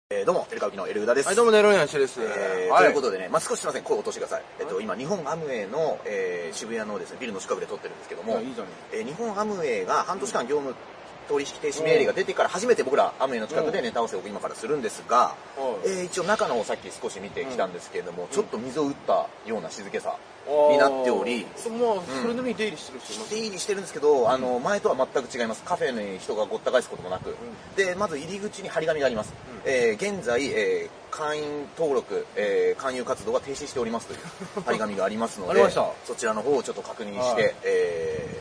どうも、エルカウキのエルウダです。 はい、どうもネロニアンシュです。 ということでね、少しすいません、声を落としてください。今、日本アムウェイの、渋谷のですね、ビルの近くで撮ってるんですけども、 いいじゃん。 日本アムウェイが半年間業務取引停止命令が出てから初めて僕らアムウェイの近くでネタ合わせを今からするんですが、一応中の方さっき少し見てきたんですけれども、ちょっと溝を打ったような静けさになっており、 それでもいい出入りしてる人います。 出入りしてるんですけど、前とは全く違います。カフェに人がごった返すこともなく、でまず入り口に張り紙があります。現在、会員登録、勧誘活動が停止しておりますという張り紙がありますのでそちらの方をちょっと確認して、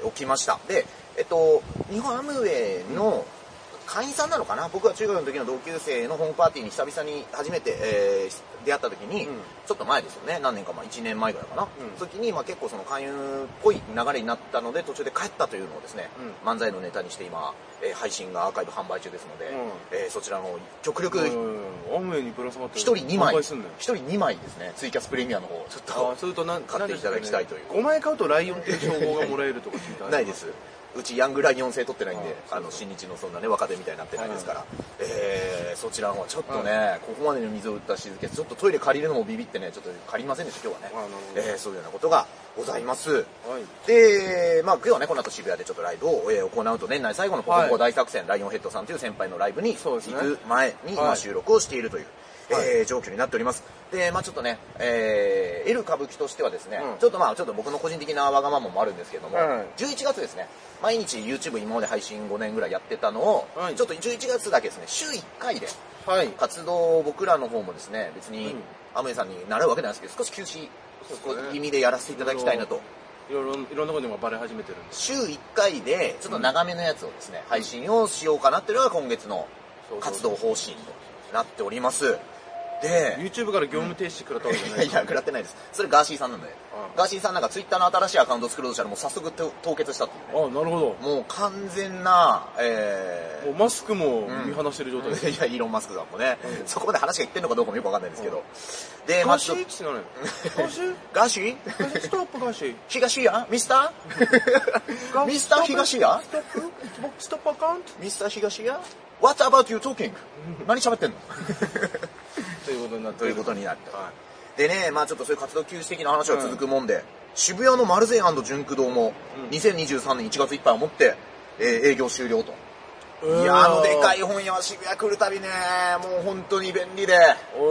おきました。で、日本アムウェイの会員さんなのかな、僕は中学の時の同級生のホームパーティーに久々に初めて、出会った時に、ちょっと前ですよね、何年か前、1年前ぐらいかな、その時に、結構その勧誘っぽい流れになったので途中で帰ったというのをですね、漫才のネタにして今、配信がアーカイブ販売中ですので、そちらの極力、 アムウェイにぶら下がって 1人2枚、1人2枚ですね、ツイキャスプレミアの方ちょっと買っていただきたいという。 5枚買うとライオンっていう称号がもらえるとか聞いたないです。うちヤングライオン制取ってないんで、新日のそんなね若手みたいになってないですから、そちらの方はちょっとね、ここまでの水を打った静けさ、ちょっとトイレ借りるのもビビってね、ちょっと借りませんでした今日はね。そういうようなことがございます。で、今日はねこの後渋谷でちょっとライブを行うと、年内最後のポコポコ大作戦、ライオンヘッドさんという先輩のライブに行く前に今収録をしているという。状況になっております。で、ちょっとね、L歌舞伎としてはですね、ちょっと僕の個人的なわがままもあるんですけども、11月ですね、毎日 YouTube 今まで配信5年ぐらいやってたのを、ちょっと11月だけですね、週1回で、活動を僕らの方もですね、別にアムウェイさんに習うわけなんですけど、少し休止気味でやらせていただきたいなと。 いろんなことにもバレ始めてるんで。 週1回で、ちょっと長めのやつをですね、配信をしようかなっていうのが今月の活動方針となっております。で YouTube から業務停止食らったわけじゃない。 いや食らってないです。それガーシーさんなんで、ガーシーさんなんか Twitter の新しいアカウント作ろうとしたらもう早速凍結したっていうね。 なるほど。 もう完全な、 もうマスクも見放してる状態です。 いやイーロン・マスクさんもね、そこまで話がいってんのかどうかもよくわかんないですけど、 でガーシーって言ってガーシーストップガーシー東屋ミスターミスター東屋ストップアカウントミスター東屋 What about you talking 何喋ってんのということになって。 でね、ちょっとそういう活動休止的な話が続くもんで、渋谷のマルゼン&純駆動も2023年1月いっぱいをもって営業終了と。いや、でかい本屋は渋谷来るたびね、もう本当に便利で、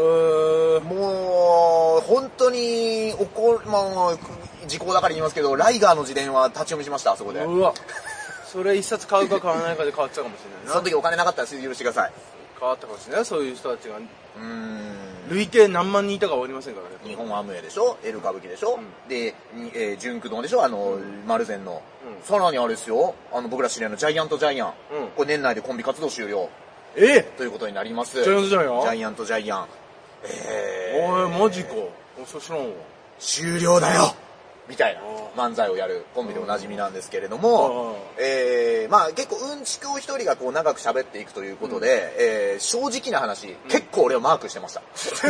もう本当に時効だから言いますけど、ライガーの自伝は立ち読みしました、あそこで。 うわ、それ一冊買うか買わないかで変わってたかもしれないな。 その時お金なかったら許してください。 変わったかもしれない、そういう人たちが。累計何万人いたかわかりませんからね。 日本アムウェイでしょ、L歌舞伎でしょ、で、純駆動でしょ、マルゼンの。さらにあれですよ、僕ら知り合いのジャイアントジャイアン。これ年内でコンビ活動終了。ということになります。 ジャイアントジャイアン？ ジャイアントジャイアン。 おい、マジか。そ知らんわ。 終了だよみたいな漫才をやるコンビでおなじみなんですけれども、結構うんちくを一人がこう長く喋っていくということで、正直な話、結構俺はマークしてました。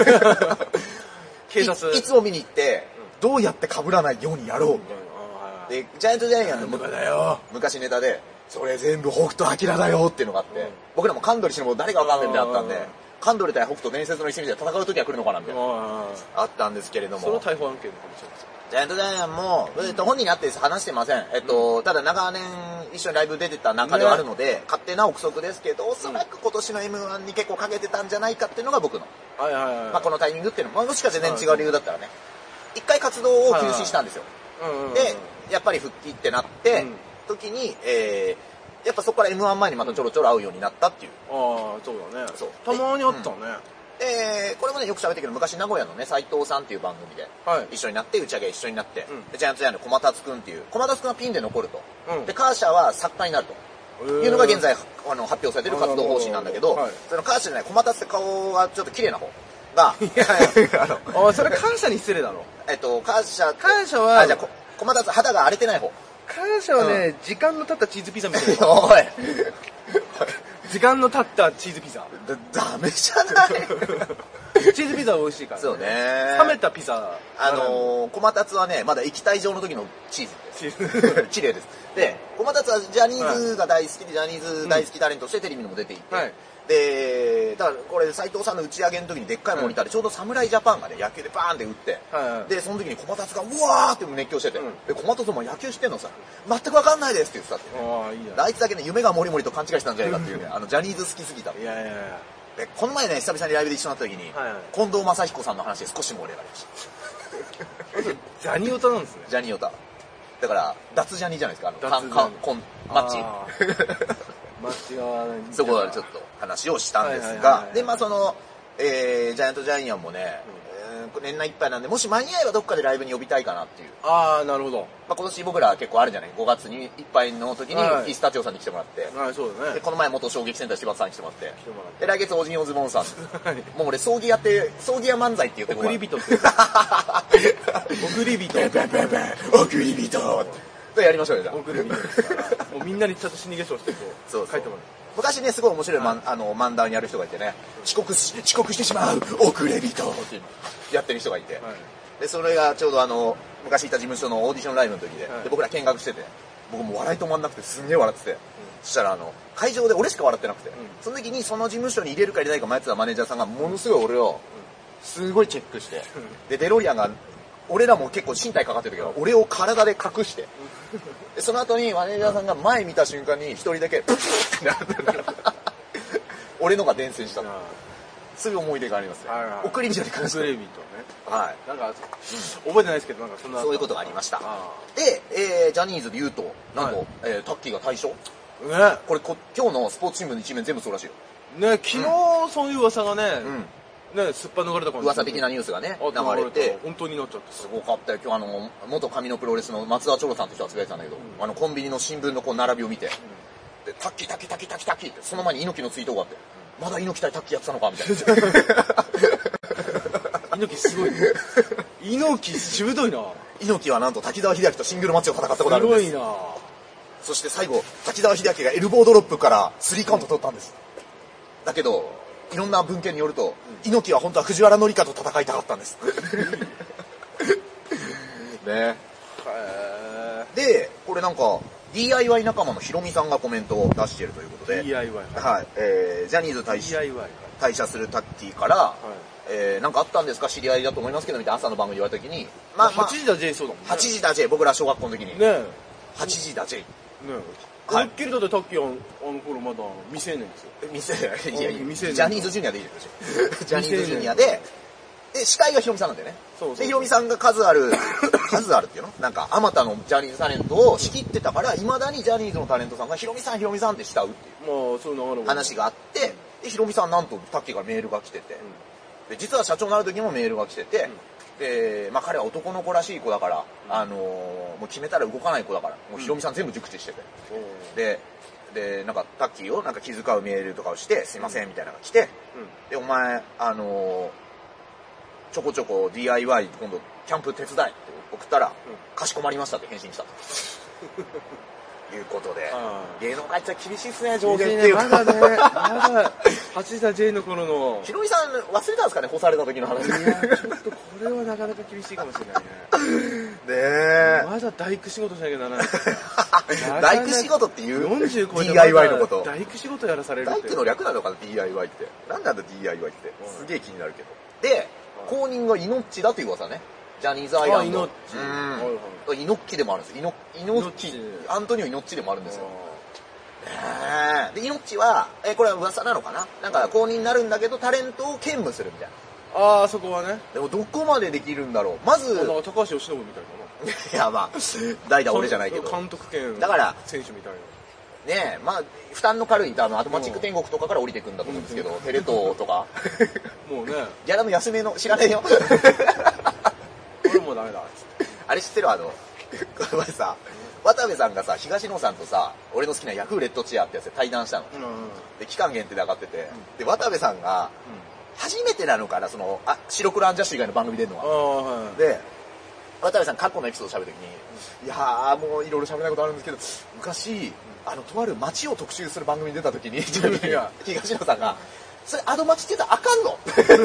警察いつも見に行って、どうやって被らないようにやろうみたいな。で、ジャイアントジャイアンの昔ネタで、それ全部北斗晶だよっていうのがあって、僕らもカンドリしのも誰かわかんないみたいなのあったんで、カンドリ対北斗伝説の一戦みたいな戦う時は来るのかなみたいなあったんですけれども、 それは逮捕案件のかもしれない。 ジャイアントジャイアンも、本人に会って話してません。ただ長年一緒にライブ出てた中ではあるので、勝手な憶測ですけど、おそらく今年の M1 に結構かけてたんじゃないかっていうのが僕の。このタイミングっていうのも、もしか全然違う理由だったらね。一回活動を休止したんですよ。で、やっぱり復帰ってなって、時に、やっぱそこから M1 前にまたちょろちょろ会うようになったっていう。 そうだね。たまにあったね。 これもねよく喋ってるけど、昔名古屋のね斉藤さんっていう番組で一緒になって打ち上げ一緒になって、ジャイアントジャイアンの駒達くんっていう、駒達くんはピンで残ると、でカーシャは作家になるというのが現在発表されてる活動方針なんだけど、そのカーシャじゃない駒達って顔がちょっと綺麗な方がそれカーシャに失礼だろ。 カーシャはじゃあ駒達肌が荒れてない方。 カーシャはね、時間の経ったチーズピザみたいな。 おい時間の経ったチーズピザ。 ダメじゃないチーズピザは美味しいから、ね。 そうね。 冷めたピザ。 駒達はね、まだ液体状の時のチーズです。綺麗です。で、駒達はジャニーズが大好きで、ジャニーズ大好きタレントとしてテレビにも出ていて、 で、だからこれ斉藤さんの打ち上げの時にでっかいモニターでちょうど侍ジャパンがね、野球でバーンって打って、で、その時に小松がうわーって熱狂してて、で、小松も野球知ってんのさ、全くわかんないですって言ってたってね。あいつだけね、夢がもりもりと勘違いしたんじゃないかっていうね、ジャニーズ好きすぎた。 いやいやいや。 で、この前ね、久々にライブで一緒になった時に、近藤正彦さんの話で少し盛り上がりました。 ジャニオタなんですね。 ジャニオタ。だから、脱ジャニじゃないですか、マッチ。 マッチ側そこはちょっと話をしたんですが、で、まあその、ジャイアントジャイアンもね、年内いっぱいなんで、もし間に合えばどっかでライブに呼びたいかなっていう。 ああ、なるほど。 まあ今年僕ら結構あるじゃない ?5 月にいっぱいの時にピスタチオさんに来てもらって、 そうだね。 で、この前元衝撃センター柴田さんに来てもらって、で、来月オジンオズボンさん。もう俺葬儀屋漫才って言って送り人って。送り人。 送り人とやりましょうよ、じゃあ。 送り人ですから。もうみんなにちゃんと死に化粧してこう、書いてもらう。 昔ね、すごい面白い漫談やる人がいてね、遅刻してしまう遅れ人ってやってる人がいて、で、それがちょうど昔いた事務所のオーディションライブの時で、僕ら見学してて、僕も笑い止まんなくてすんげえ笑ってて、そしたら会場で俺しか笑ってなくて、その時にその事務所に入れるか入れないか迷ってたマネージャーさんがものすごい俺をすごいチェックして、で、デロリアンが俺らも結構身体かかってる時は俺を体で隠して、でその後にマネージャーさんが前見た瞬間に一人だけプッってなって俺のが伝染したの。そういう思い出がありますね。送り人に関して。 送り人ね。 はい。 なんか、覚えてないですけど、なんかそんな。 そういうことがありました。で、ジャニーズで言うと、なんと、タッキーが大賞。これ今日のスポーツ新聞の一面全部そうらしいよ。 ね、昨日そういう噂がね、ね、すっぱ抜かれたかもしれない。 噂的なニュースがね、流れて。 本当になっちゃって。 すごかったよ。今日元紙のプロレスの松田チョロさんって人がつぶやいてたんだけど、コンビニの新聞のこう並びを見て、で、タッキーって、その前に猪木のツイートがあって、まだ猪木対タッキーやってたのかみたいな。 猪木すごいね。猪木しぶといな。 猪木はなんと滝沢秀明とシングルマッチを戦ったことあるんです。 すごいな。 そして最後、滝沢秀明がエルボードロップから3カウント取ったんです。だけど、いろんな文献によると、猪木は本当は藤原紀香と戦いたかったんです。ね。で、これなんか、DIY 仲間のヒロミさんがコメントを出しているということで、 DIY はい、ジャニーズ退社するタッキーから、なんかあったんですか知り合いだと思いますけどみたいな朝の番組言われた時に、 8時だ J そうだもんね。 8時だ J、僕ら小学校の時に。 ね 8時だ J。 ねはっきりだってタッキーは頃まだ未成年ですよ。 いやジャニーズジュニアでいいでしょ。ジャニーズジュニアで、司会がヒロミさんなんだよね。で、ヒロミさんが数あるっていうのなんか、あまたのジャニーズタレントを仕切ってたから、未だにジャニーズのタレントさんがヒロミさんって慕うっていうまあ、そういうの話があって、で、ヒロミさんなんとタッキーからメールが来てて、で、実は社長になる時もメールが来てて、で、まあ彼は男の子らしい子だから、もう決めたら動かない子だから、もうヒロミさん全部熟知してて。で、なんかタッキーをなんか気遣うメールとかをして、すいませんみたいなのが来て、で、お前、ちょこちょこ DIY 今度キャンプ手伝いって送ったら、かしこまりましたって返信来たということで、芸能界って厳しいっすね、上限っていうか。 まだね、まだ8時だ J の頃のヒロミさん忘れたんですかね、干された時の話。 いや、ちょっとこれはなかなか厳しいかもしれないね。 ねえ。 まだ大工仕事しなきゃならない。 大工仕事っていう 40超えて DIY のこと。 大工仕事やらされるって。 大工の略なのかな DIY って。なんなんだ DIY って。すげえ気になるけど。で、公認がイノッチだという噂ね。ジャニーズアイランド。イノッチでもあるんですよ。イノッチ、アントニオイノッチでもあるんですよ。で、イノッチは、これは噂なのかななんか公認になるんだけど、タレントを兼務するみたいな。 ああ、そこはね。 でもどこまでできるんだろう。まず、 高橋由伸みたいな。いや、まあ、代打俺じゃないけど。 監督兼だから、 選手みたいな。 ねえ、まあ、負担の軽い、アトマチック天国とかから降りてくんだと思うんですけど、テレ東とか。 もうね。 ギャラの安めの、知らねえよ。 俺もダメだ。 あれ知ってるこの前さ、渡部さんがさ、東野さんとさ、俺の好きなヤフーレッドチェアってやつで対談したの。で、期間限定で上がってて、で、渡部さんが、初めてなのかな、白黒アンジャッシュ以外の番組出るのは。で、渡部さん過去のエピソード喋るときに、いやー、もういろいろ喋らないことあるんですけど、昔、とある街を特集する番組に出たときに、東野さんが、それアドマチって言ったらあかんの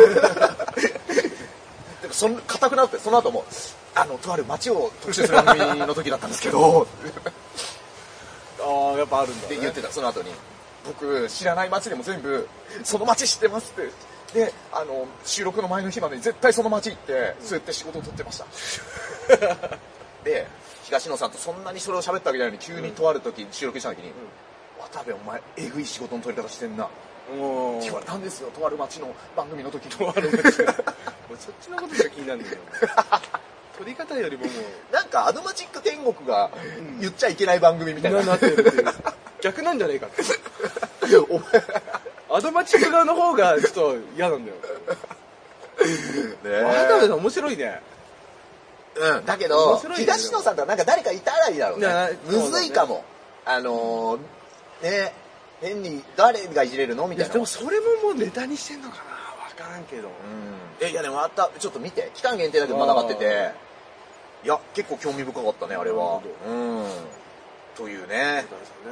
硬くなって、その後も、とある街を特集する番組の時だったんですけど、 ああ、やっぱあるんだ、ね。 って言ってた、その後に。 僕知らない街でも全部その街知ってますってで収録の前の日までに絶対その街行ってそうやって仕事を取ってましたで東野さんとそんなにそれを喋ったわけじゃないのに急にとある時、収録した時に、渡部お前えぐい仕事の取り方してんなって言われたんですよ、とある街の番組の時に。 とある街そっちのことが気になるんだよ取り方よりももうなんかアドマチック天国が言っちゃいけない番組みたいな、 なってるっていう逆なんじゃねえかってお前アドマチック側の方がちょっと嫌なんだよ渡部さん面白いね。 うん、だけど、 ね、 東野さんとはなんか誰かいたらいいだろうね。むずいかも。ね、変に誰がいじれるのみたいな。 でもそれももうネタにしてんのかな、わからんけど。 いやでもちょっと見て、期間限定だけどまだ上がってて、いや結構興味深かったねあれは。というね、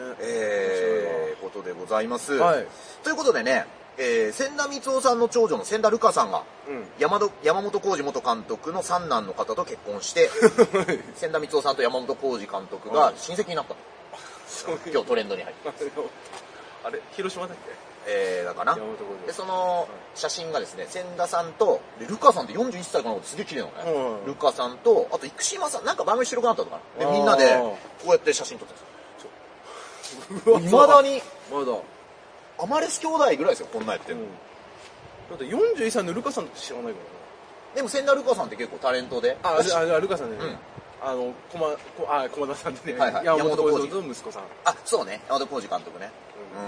ことでございます。はい、ということでね。千田光雄さんの長女の千田瑠香さんが、山本浩二元監督の三男の方と結婚して千田光雄さんと山本浩二監督が親戚になったと、今日トレンドに入ってますあれ広島だっけだかな。でその写真がですね、千田さんとで瑠香さんって41歳かな、すげえ綺麗なのね、瑠香さんとあと生島さん、なんか番組収録になったのかな、でみんなでこうやって写真撮ってるんですよ。いまだにまだアマレス兄弟ぐらいですよ、こんなやってるの。 だって41歳のルカさんって知らないからね。 でも千田ルカさんって結構タレントで。 ルカさんね。駒田さんでね。山本浩二の息子さん。 あ、そうね。山本浩二監督ね。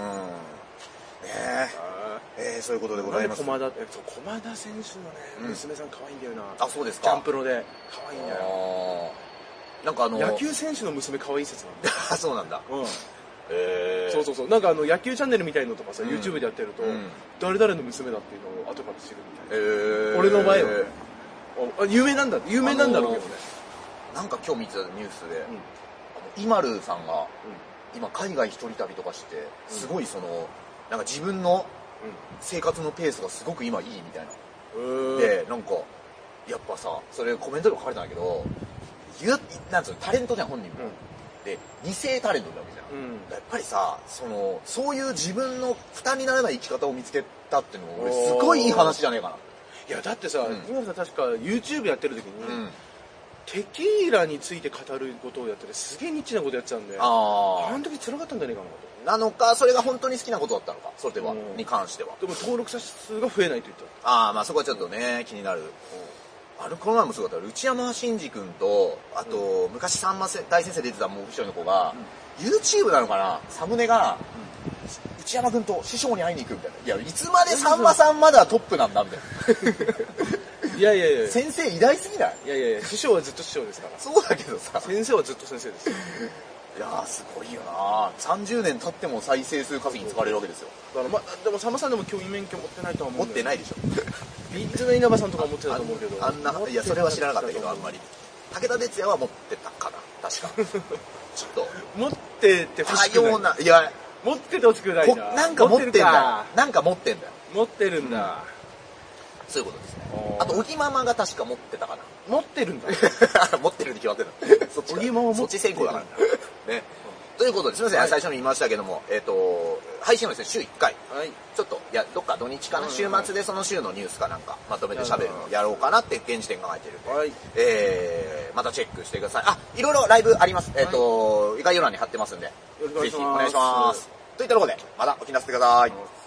そういうことでございます。 駒田選手のね、娘さん可愛いんだよな。 あ、そうですか。 キャンプロで可愛いんだよ。 なんか野球選手の娘可愛い説なんだ。 あ、そうなんだ。 そうなんか野球チャンネルみたいのとかさ、YouTube でやってると、誰々の娘だっていうのを後から知るみたいな。俺の前は有名なんだろうけどね。 なんか今日見てたニュースで、IMALUさんが今海外一人旅とかしてすごいなんか自分の生活のペースがすごく今いいみたいな。でなんかやっぱさ、それコメントでも書かれたんだけど、なんつうの、タレントじゃん本人も。で二世タレントなわけじゃん、やっぱりさそういう自分の負担にならない生き方を見つけたっていうのも俺すごいいい話じゃねえかな。 いやだってさ、今さ確か YouTube やってる時に、テキーラについて語ることをやっててすげえニッチなことやってたんで、あの時辛かったんじゃねえかなのか、それが本当に好きなことだったのか、それはに関しては。 でも登録者数が増えないと言った。 まあそこはちょっとね気になる。この前もすごかった。内山真司君とあと、昔さんま大先生出てたもう一人の子が、YouTube なのかな、サムネが、内山君と師匠に会いに行くみたいな。いやいつまでさんまさんまだトップなんだみたいな。 いや先生偉大すぎない？ いや師匠はずっと師匠ですから。 そうだけどさ、 先生はずっと先生です。 いやーすごいよな。30年経っても再生数稼ぎに使われるわけですよ。 だからでもさんまさんでも教員免許持ってないとは思う。 持ってないでしょ。 ビーズの稲葉さんとか持ってたと思うけど。 いやそれは知らなかったけど、あんまり。武田鉄矢は持ってたかな、確か。ちょっと持ってて欲しくない。 いや持ってて欲しくないな。 なんか持ってんだよ。なんか持ってんだよ。 持ってるんだ。 そういうことですね。あと、おぎママが確か持ってたかな。 持ってるんだ。 持ってるに決まってる。 おぎママそっち先行だから。ね。ということで、すみません、最初に言いましたけども、配信はですね、週1回。ちょっと、どっか土日かな、週末でその週のニュースかなんか、まとめて喋るのをやろうかなって現時点考えてるんで、またチェックしてください。いろいろライブあります。概要欄に貼ってますんで、ぜひお願いします。といったところで、またお聞きなさってください。